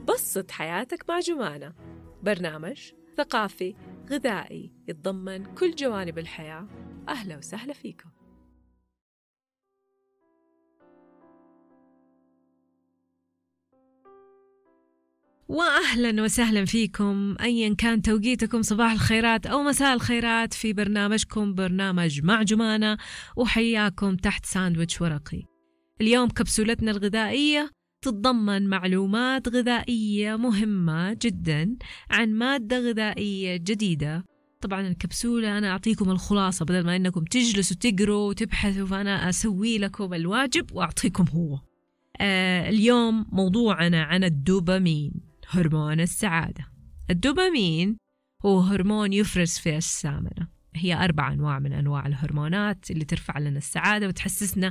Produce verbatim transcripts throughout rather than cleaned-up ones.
بسط حياتك مع جمانة، برنامج ثقافي غذائي يتضمن كل جوانب الحياة. أهلا وسهلا فيكم. وأهلا وسهلا فيكم أيا كان توقيتكم، صباح الخيرات أو مساء الخيرات في برنامجكم برنامج مع جمانة، وحياكم تحت ساندويتش ورقي. اليوم كبسولتنا الغذائية تتضمن معلومات غذائية مهمة جدا عن مادة غذائية جديدة. طبعا الكبسولة أنا أعطيكم الخلاصة بدل ما أنكم تجلسوا تقروا وتبحثوا، فأنا أسوي لكم الواجب وأعطيكم هو. آه اليوم موضوعنا عن الدوبامين، هرمون السعادة. الدوبامين هو هرمون يفرز في السامنة. هي أربع أنواع من أنواع الهرمونات اللي ترفع لنا السعادة وتحسسنا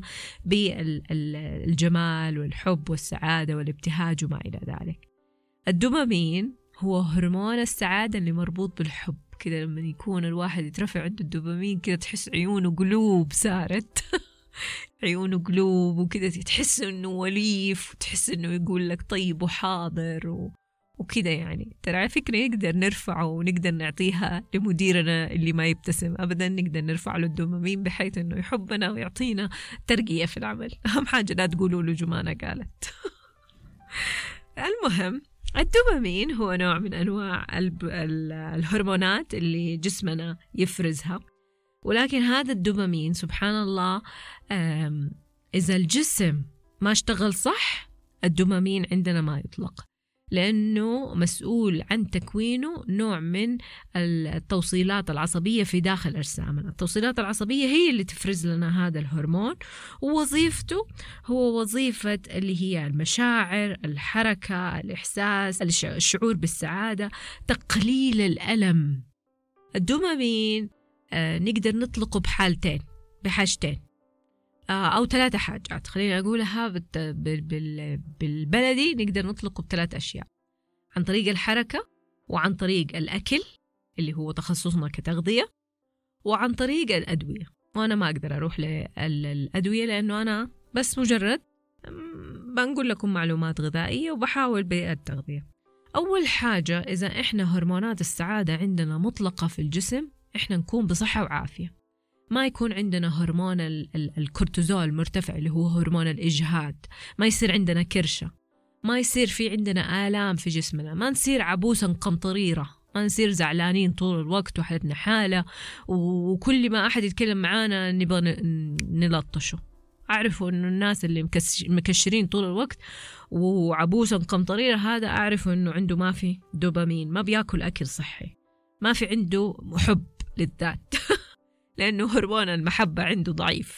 بالجمال والحب والسعادة والابتهاج وما إلى ذلك. الدوبامين هو هرمون السعادة اللي مربوط بالحب. كده لما يكون الواحد يترفع عنده الدوبامين كده تحس عيونه قلوب صارت عيونه قلوب وكده، تحس إنه وليف وتحس إنه يقول لك طيب وحاضر و... وكده. يعني ترى على فكرة نقدر نرفعه ونقدر نعطيها لمديرنا اللي ما يبتسم أبدا، نقدر نرفع له الدوبامين بحيث إنه يحبنا ويعطينا ترقية في العمل. أهم حاجة لا تقولوا له جمانة قالت. المهم، الدوبامين هو نوع من أنواع الهرمونات اللي جسمنا يفرزها، ولكن هذا الدوبامين سبحان الله إذا الجسم ما اشتغل صح الدوبامين عندنا ما يطلق، لأنه مسؤول عن تكوينه نوع من التوصيلات العصبية في داخل أجسامنا. التوصيلات العصبية هي اللي تفرز لنا هذا الهرمون، ووظيفته هو وظيفة اللي هي المشاعر، الحركة، الإحساس، الشعور بالسعادة، تقليل الألم. الدوبامين آه نقدر نطلقه بحالتين بحاجتين آه أو ثلاثة حاجات، خلينا أقولها بالبلدي. نقدر نطلقه بثلاث أشياء: عن طريق الحركة، وعن طريق الأكل اللي هو تخصصنا كتغذية، وعن طريق الأدوية. وأنا ما أقدر أروح للأدوية لأنه أنا بس مجرد بنقول لكم معلومات غذائية وبحاول بالتغذية. أول حاجة، إذا إحنا هرمونات السعادة عندنا مطلقة في الجسم، إحنا نكون بصحة وعافية. ما يكون عندنا هرمون الكورتيزول مرتفع اللي هو هرمون الإجهاد، ما يصير عندنا كرشة، ما يصير في عندنا آلام في جسمنا، ما نصير عبوسا قمطريرة، ما نصير زعلانين طول الوقت وحالتنا حالة وكل ما أحد يتكلم معانا نبغى نلطشه. أعرفوا أنه الناس اللي مكشرين طول الوقت وعبوسا قمطريرة هذا أعرفوا أنه عنده ما في دوبامين، ما بياكل أكل صحي، ما في عنده حب للذات لأنه هرمون المحبة عنده ضعيف.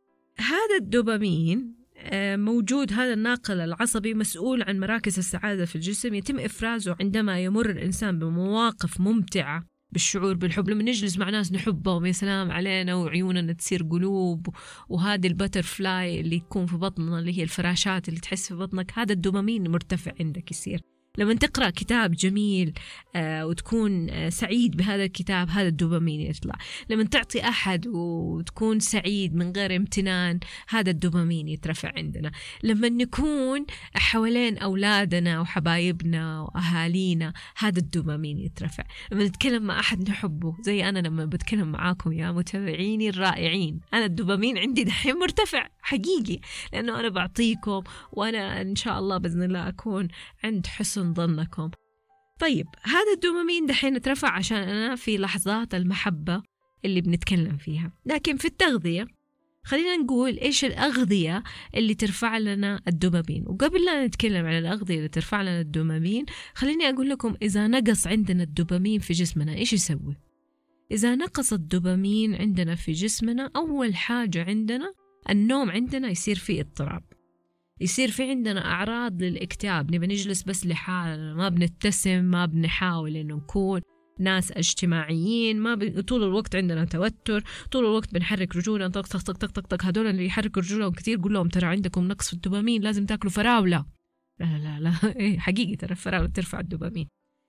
هذا الدوبامين موجود، هذا الناقل العصبي مسؤول عن مراكز السعادة في الجسم، يتم إفرازه عندما يمر الإنسان بمواقف ممتعة بالشعور بالحب. لما نجلس مع ناس نحبهم يا سلام علينا وعيوننا تصير قلوب، وهذه البترفلاي اللي يكون في بطننا اللي هي الفراشات اللي تحس في بطنك، هذا الدوبامين مرتفع عندك يصير. لما تقرأ كتاب جميل آه وتكون آه سعيد بهذا الكتاب، هذا الدوبامين يطلع. لما تعطي أحد وتكون سعيد من غير امتنان، هذا الدوبامين يترفع عندنا. لما نكون حوالين أولادنا وحبايبنا وأهالينا، هذا الدوبامين يترفع. لما نتكلم مع أحد نحبه، زي أنا لما بتكلم معاكم يا متابعيني الرائعين، أنا الدوبامين عندي دحين مرتفع حقيقي، لأنه أنا بعطيكم وأنا إن شاء الله بإذن الله أكون عند حسن ظنكم. طيب هذا الدوبامين دحين اترفع عشان أنا في لحظات المحبة اللي بنتكلم فيها. لكن في التغذية خلينا نقول إيش الأغذية اللي ترفع لنا الدوبامين. وقبل لا نتكلم عن الأغذية اللي ترفع لنا الدوبامين، خليني أقول لكم إذا نقص عندنا الدوبامين في جسمنا إيش يسوي. إذا نقص الدوبامين عندنا في جسمنا، أول حاجة عندنا النوم عندنا يصير فيه اضطراب، يصير في عندنا أعراض للاكتئاب، نبي نجلس بس لحالنا، ما بنبتسم، ما بنحاول إنه نكون ناس اجتماعيين، ما ب... طول الوقت عندنا توتر، طول الوقت بنحرك رجولنا طق طق طق طق طق. هذول اللي يحركوا رجولهم كثير قول لهم ترى عندكم نقص في الدوبامين، لازم تاكلوا فراولة. لا لا لا إيه حقيقي ترى الفراولة ترفع الدوبامين.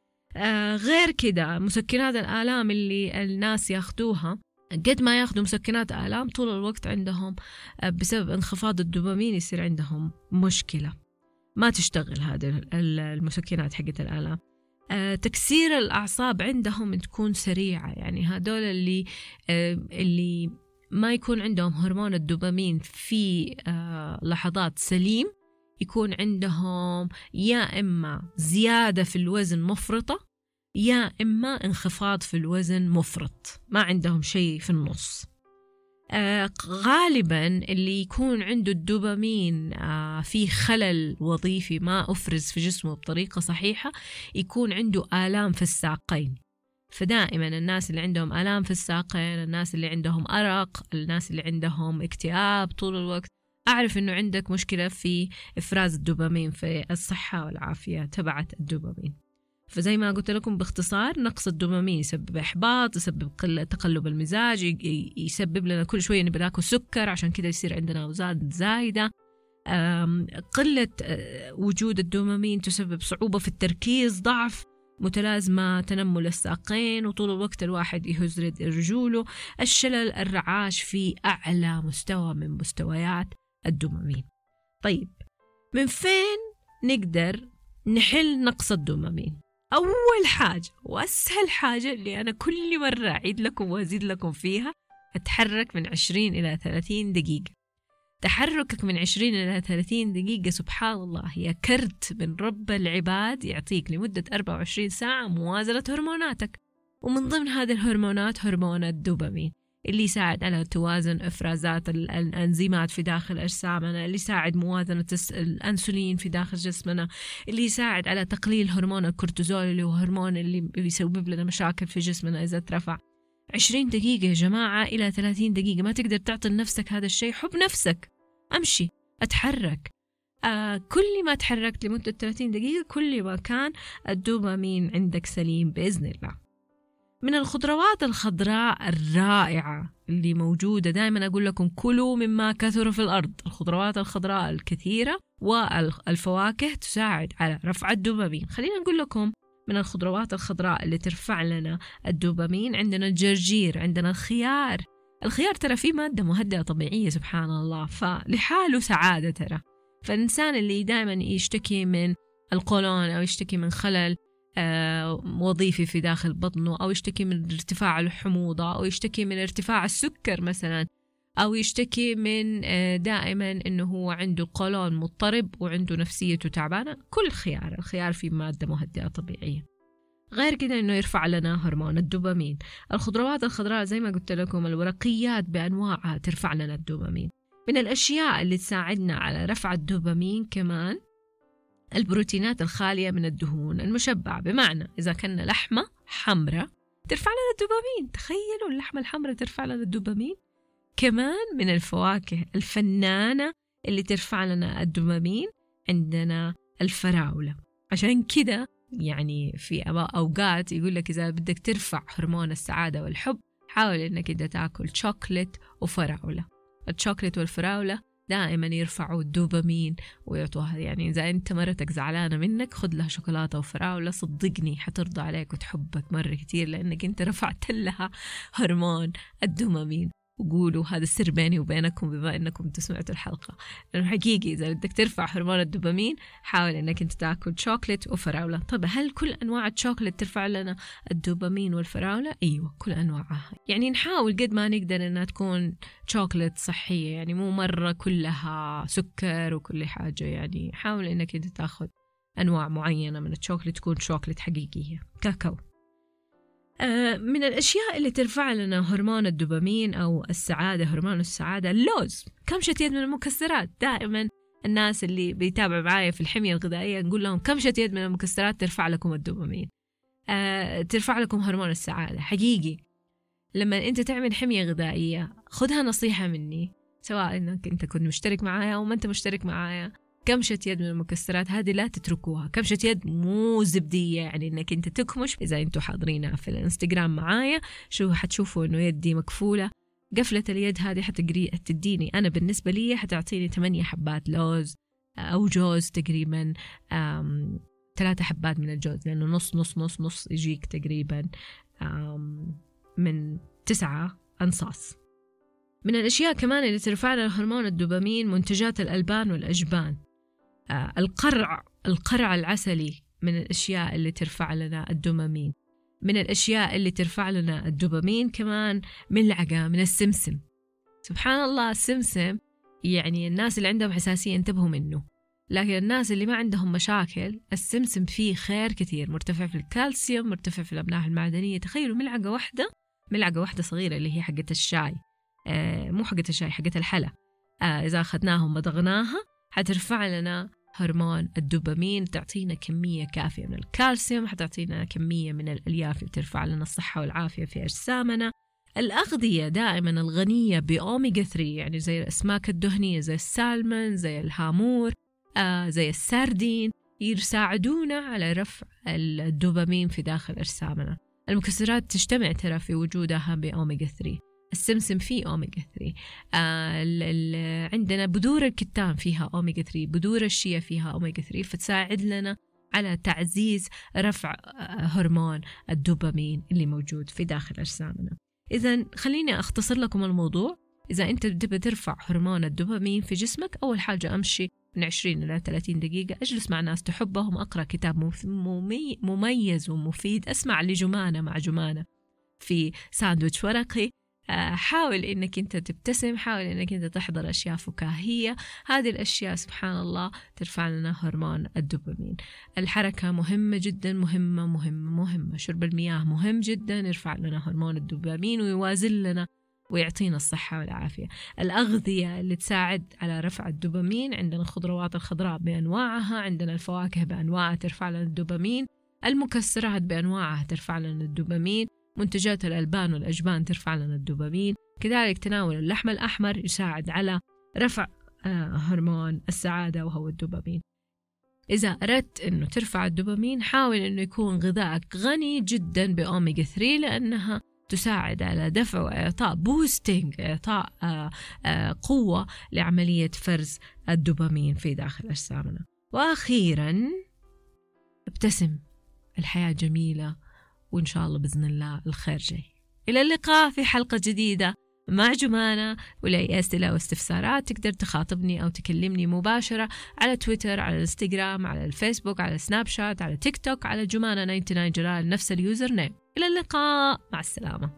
آه غير كده مسكنات الآلام اللي الناس ياخدوها، قد ما ياخدوا مسكنات آلام طول الوقت عندهم بسبب انخفاض الدوبامين يصير عندهم مشكلة. ما تشتغل هذه المسكنات حقت الآلام. آه، تكسير الأعصاب عندهم تكون سريعة، يعني هدول اللي آه، اللي ما يكون عندهم هرمون الدوبامين في آه، لحظات سليم، يكون عندهم يا إما زيادة في الوزن مفرطة يا إما انخفاض في الوزن مفرط، ما عندهم شيء في النص. آه غالبا اللي يكون عنده الدوبامين آه في خلل وظيفي، ما أفرز في جسمه بطريقة صحيحة، يكون عنده آلام في الساقين. فدائما الناس اللي عندهم آلام في الساقين، الناس اللي عندهم أرق، الناس اللي عندهم اكتئاب طول الوقت، أعرف إنه عندك مشكلة في إفراز الدوبامين، في الصحة والعافية تبعت الدوبامين. فزي ما قلت لكم باختصار، نقص الدوبامين يسبب إحباط، يسبب قلة تقلب المزاج، يسبب لنا كل شوية نبي ناكل سكر، عشان كده يصير عندنا أوزان زايدة. قلة وجود الدوبامين تسبب صعوبة في التركيز، ضعف، متلازمة تنمل الساقين، وطول الوقت الواحد يهز رجوله، الشلل، الرعاش في أعلى مستوى من مستويات الدوبامين. طيب من فين نقدر نحل نقص الدوبامين؟ أول حاجة وأسهل حاجة اللي أنا كل مرة أعيد لكم وأزيد لكم فيها، أتحرك من عشرين إلى ثلاثين دقيقة. تحركك من عشرين إلى ثلاثين دقيقة سبحان الله هي كرت من رب العباد يعطيك لمدة أربعة وعشرين ساعة موازنة هرموناتك، ومن ضمن هذه الهرمونات هرمون الدوبامين اللي يساعد على توازن إفرازات الأنزيمات في داخل أجسامنا، اللي يساعد موازنة الأنسولين في داخل جسمنا، اللي يساعد على تقليل هرمون الكورتيزول اللي هو هرمون اللي بيسبب لنا مشاكل في جسمنا إذا ترفع. عشرين دقيقة يا جماعة إلى ثلاثين دقيقة، ما تقدر تعطي لنفسك هذا الشيء، حب نفسك، أمشي، أتحرك. آه كل ما تحركت لمدة ثلاثين دقيقة كل ما كان الدوبامين عندك سليم بإذن الله. من الخضروات الخضراء الرائعة اللي موجودة، دائما أقول لكم كلوا مما كثر في الأرض. الخضروات الخضراء الكثيرة والفواكه تساعد على رفع الدوبامين. خلينا نقول لكم من الخضروات الخضراء اللي ترفع لنا الدوبامين، عندنا الجرجير، عندنا الخيار. الخيار ترى فيه مادة مهدئة طبيعية سبحان الله، فلحاله سعادة ترى. فالإنسان اللي دائما يشتكي من القولون أو يشتكي من خلل آه وظيفي في داخل بطنه، أو يشتكي من ارتفاع الحموضة، أو يشتكي من ارتفاع السكر مثلا، أو يشتكي من آه دائما إنه هو عنده قولون مضطرب وعنده نفسيته تعبانة، كل خيار، الخيار فيه مادة مهدئة طبيعية. غير كده إنه يرفع لنا هرمون الدوبامين. الخضروات الخضراء زي ما قلت لكم، الورقيات بأنواعها ترفع لنا الدوبامين. من الأشياء اللي تساعدنا على رفع الدوبامين كمان البروتينات الخالية من الدهون المشبعة، بمعنى إذا كنا لحمة حمراء ترفع لنا الدوبامين. تخيلوا اللحمة الحمراء ترفع لنا الدوبامين. كمان من الفواكه الفنانة اللي ترفع لنا الدوبامين عندنا الفراولة. عشان كده يعني في أوقات يقول لك إذا بدك ترفع هرمون السعادة والحب حاول إنك إذا تأكل شوكولات وفراولة. الشوكولات والفراولة دائما يرفعوا الدوبامين ويعطوها، يعني إذا أنت مرتك زعلانة منك خذ لها شوكولاتة وفراولة، صدقني حترضى عليك وتحبك مرة كتير، لأنك أنت رفعت لها هرمون الدوبامين. وقولوا هذا السر بيني وبينكم بما أنكم تسمعتوا الحلقة، لأنه حقيقي إذا بدك ترفع هرمون الدوبامين حاول أنك أنت تأكل شوكولات وفراولة. طب هل كل أنواع الشوكولات ترفع لنا الدوبامين والفراولة؟ أيوة كل أنواعها، يعني نحاول قد ما نقدر أنها تكون شوكولات صحية، يعني مو مرة كلها سكر وكل حاجة، يعني حاول أنك أنت تأخذ أنواع معينة من الشوكولات تكون شوكولات حقيقية. كاكاو. من الأشياء اللي ترفع لنا هرمون الدوبامين أو السعادة، هرمون السعادة، اللوز. كمشة يد من المكسرات. دائما الناس اللي بيتابعوا معايا في الحمية الغذائية نقول لهم كمشة يد من المكسرات ترفع لكم الدوبامين، أه ترفع لكم هرمون السعادة. حقيقي لما أنت تعمل حمية غذائية خذها نصيحة مني، سواء أنك أنت كنت مشترك معايا أو ما أنت مشترك معايا، كمشة يد من المكسرات هذه لا تتركوها. كمشة يد مو زبدية، يعني انك انت تكمش. اذا انتوا حاضرين في الانستغرام معايا شو حتشوفوا انه يدي مكفولة. قفلة اليد هذه حتديني انا بالنسبة لي حتعطيني ثمانية حبات لوز او جوز تقريبا، ثلاثة حبات من الجوز، لانه نص نص نص نص يجيك تقريبا من تسعة انصاص. من الاشياء كمان اللي ترفع لنا هرمون الدوبامين منتجات الالبان والاجبان. آه القرع القرع العسلي من الأشياء اللي ترفع لنا الدوبامين. من الأشياء اللي ترفع لنا الدوبامين كمان ملعقة من السمسم. سبحان الله، السمسم يعني الناس اللي عندهم حساسية انتبهوا منه، لكن الناس اللي ما عندهم مشاكل السمسم فيه خير كثير، مرتفع في الكالسيوم، مرتفع في الأملاح المعدنية. تخيلوا ملعقة واحدة، ملعقة واحدة صغيرة اللي هي حقة الشاي، آه مو حقة الشاي، حقة الحلا، آه إذا أخذناها ومضغناها حترفع لنا هرمون الدوبامين، تعطينا كمية كافية من الكالسيوم، حتعطينا كمية من الألياف اللي ترفع لنا الصحة والعافية في أجسامنا. الأغذية دائما الغنية بأوميجا ثلاثة، يعني زي الأسماك الدهنية، زي السالمون، زي الهامور، آه زي الساردين، يساعدونا على رفع الدوبامين في داخل أجسامنا. المكسرات تجتمع ترى في وجودها بأوميجا ثلاثة. السمسم فيه أوميجا ثلاثة. آه ال ال عندنا بذور الكتان فيها أوميجا ثلاثة، بذور الشيا فيها أوميجا ثلاثة، فتساعد لنا على تعزيز رفع هرمون الدوبامين اللي موجود في داخل أجسامنا. إذن خليني أختصر لكم الموضوع. إذا أنت تبي ترفع هرمون الدوبامين في جسمك، أول حاجة أمشي من عشرين إلى ثلاثين دقيقة، أجلس مع ناس تحبهم، أقرأ كتاب مميز ومفيد، أسمع لجمانة مع جمانة في ساندويتش ورقي، حاول إنك أنت تبتسم، حاول إنك أنت تحضر أشياء فكاهية. هذه الأشياء سبحان الله ترفع لنا هرمون الدوبامين. الحركة مهمة جدا، مهمة مهمة مهمة. شرب المياه مهم جدا، يرفع لنا هرمون الدوبامين ويوازن لنا ويعطينا الصحة والعافية. الأغذية اللي تساعد على رفع الدوبامين، عندنا الخضروات الخضراء بأنواعها، عندنا الفواكه بأنواعها ترفع لنا الدوبامين، المكسرات بأنواعها ترفع لنا الدوبامين، منتجات الألبان والأجبان ترفع لنا الدوبامين، كذلك تناول اللحم الأحمر يساعد على رفع هرمون السعادة وهو الدوبامين. إذا أردت أنه ترفع الدوبامين، حاول أنه يكون غذائك غني جدا بأوميجا ثلاثة، لأنها تساعد على دفع وإعطاء بوستينج، إعطاء قوة لعملية فرز الدوبامين في داخل أجسامنا. وأخيرا ابتسم، الحياة جميلة، وإن شاء الله بإذن الله الخير جاي. إلى اللقاء في حلقة جديدة مع جمانة. ولأي أسئلة أو استفسارات تقدر تخاطبني أو تكلمني مباشرة على تويتر، على الانستغرام، على الفيسبوك، على سناب شات، على تيك توك، على جمانة تسعة وتسعين جلال، نفس اليوزر نيم. إلى اللقاء، مع السلامة.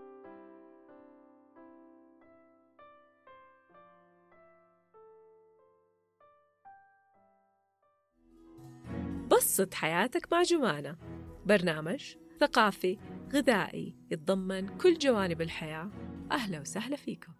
بسط حياتك مع جمانة، برنامج ثقافي غذائي يتضمن كل جوانب الحياة. أهلا وسهلا فيكم.